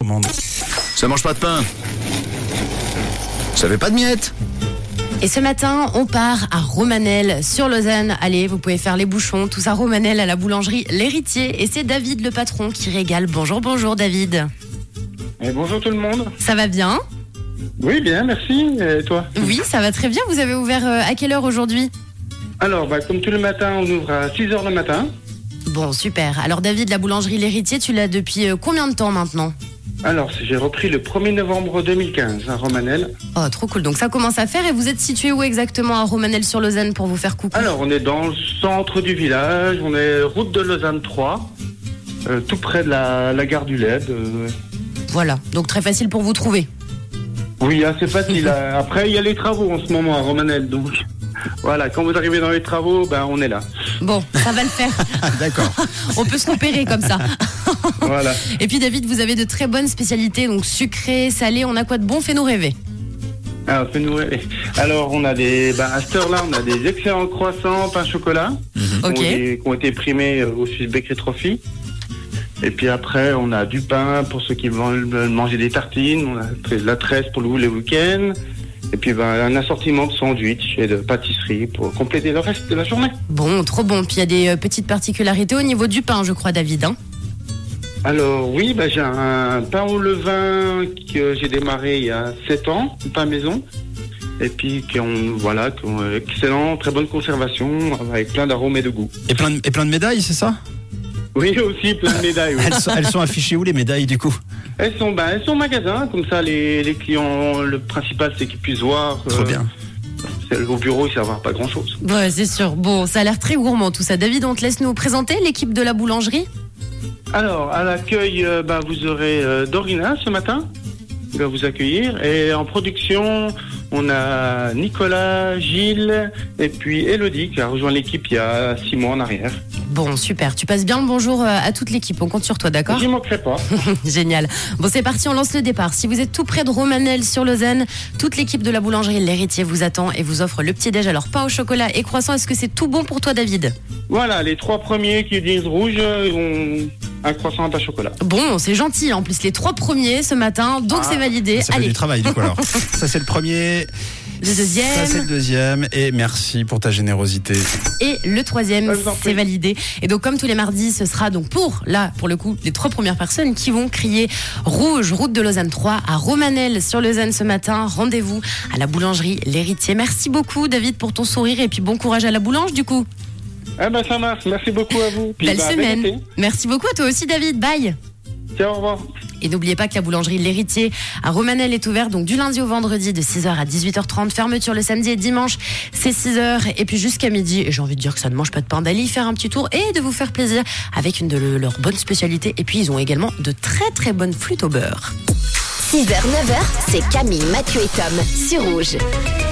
romande. Ça mange pas de pain. Ça fait pas de miettes. Et ce matin, on part à Romanel sur Lausanne. Allez, vous pouvez faire les bouchons, tous à Romanel à la boulangerie L'Héritier. Et c'est David le patron qui régale. Bonjour David. Et bonjour tout le monde. Ça va bien ? Oui, bien, merci. Et toi ? Oui, ça va très bien. Vous avez ouvert à quelle heure aujourd'hui ? Alors, comme tous les matins, on ouvre à 6h le matin. Bon, super. Alors David, la boulangerie L'Héritier, tu l'as depuis combien de temps maintenant ? Alors, j'ai repris le 1er novembre 2015 à Romanel. Oh, trop cool. Donc ça commence à faire. Et vous êtes situé où exactement à Romanel-sur-Lausanne pour vous faire coucou ? Alors, on est dans le centre du village. On est route de Lausanne 3, tout près de la gare du Led. Voilà. Donc très facile pour vous trouver. Oui, assez facile. Après, il y a les travaux en ce moment à Romanel. Donc, voilà, quand vous arrivez dans les travaux, on est là. Bon, ça va le faire. D'accord. On peut se repérer comme ça. Voilà. Et puis David, vous avez de très bonnes spécialités, donc sucré, salé, on a quoi de bon ? Fais-nous rêver. Alors, on a à cette heure-là, on a des excellents croissants, pain chocolat, Ok. qui ont été primés au Swiss Bakery Trophy. Et puis après, on a du pain pour ceux qui veulent manger des tartines, on a de la tresse pour les week-ends. Et puis un assortiment de sandwichs et de pâtisseries pour compléter le reste de la journée. Bon, trop bon. Puis il y a des petites particularités au niveau du pain, je crois, David. Alors oui, j'ai un pain au levain que j'ai démarré il y a 7 ans, un pain maison. Et puis qui ont excellent, très bonne conservation, avec plein d'arômes et de goût. Et plein de médailles, c'est ça ? Oui, aussi plein de médailles. Oui. Elles sont affichées où les médailles du coup ? Elles sont au magasin, comme ça les clients, le principal c'est qu'ils puissent voir. Trop bien. Au bureau, ils ne savent pas grand-chose. Ouais, c'est sûr. Bon, ça a l'air très gourmand tout ça. David, on te laisse nous présenter l'équipe de la boulangerie ? Alors, à l'accueil, vous aurez Dorina ce matin, qui va vous accueillir. Et en production, on a Nicolas, Gilles et puis Elodie, qui a rejoint l'équipe il y a 6 mois en arrière. Bon, super. Tu passes bien le bonjour à toute l'équipe. On compte sur toi, d'accord ? J'y manquerai pas. Génial. Bon, c'est parti, on lance le départ. Si vous êtes tout près de Romanel sur Lausanne, toute l'équipe de la boulangerie L'Héritier vous attend et vous offre le petit-déj. Alors, pain au chocolat et croissant. Est-ce que c'est tout bon pour toi, David ? Voilà, les 3 premiers qui disent rouge, ils ont un croissant à pain chocolat. Bon, c'est gentil. En plus, les 3 premiers ce matin, donc c'est validé. Ça fait du travail du coup alors. Ça c'est le premier. Le deuxième. Ça c'est le deuxième. Et merci pour ta générosité. Et le troisième, je vous en prie. c'est validé. Et donc, comme tous les mardis, ce sera donc pour le coup, les 3 premières personnes qui vont crier rouge, route de Lausanne 3 à Romanel sur Lausanne ce matin. Rendez-vous à la boulangerie L'Héritier. Merci beaucoup, David, pour ton sourire et puis bon courage à la boulange du coup. Ça marche. Merci beaucoup à vous. Puis, Belle semaine. bel été. Merci beaucoup à toi aussi, David. Bye. Ciao, au revoir. Et n'oubliez pas que la boulangerie L'Héritier à Romanel est ouverte donc du lundi au vendredi de 6h à 18h30. Fermeture le samedi et dimanche, c'est 6h et puis jusqu'à midi. Et j'ai envie de dire que ça ne mange pas de pain, d'aller y faire un petit tour et de vous faire plaisir avec une de leurs bonnes spécialités. Et puis ils ont également de très très bonnes flûtes au beurre. 6h, 9h, c'est Camille, Mathieu et Tom sur Rouge.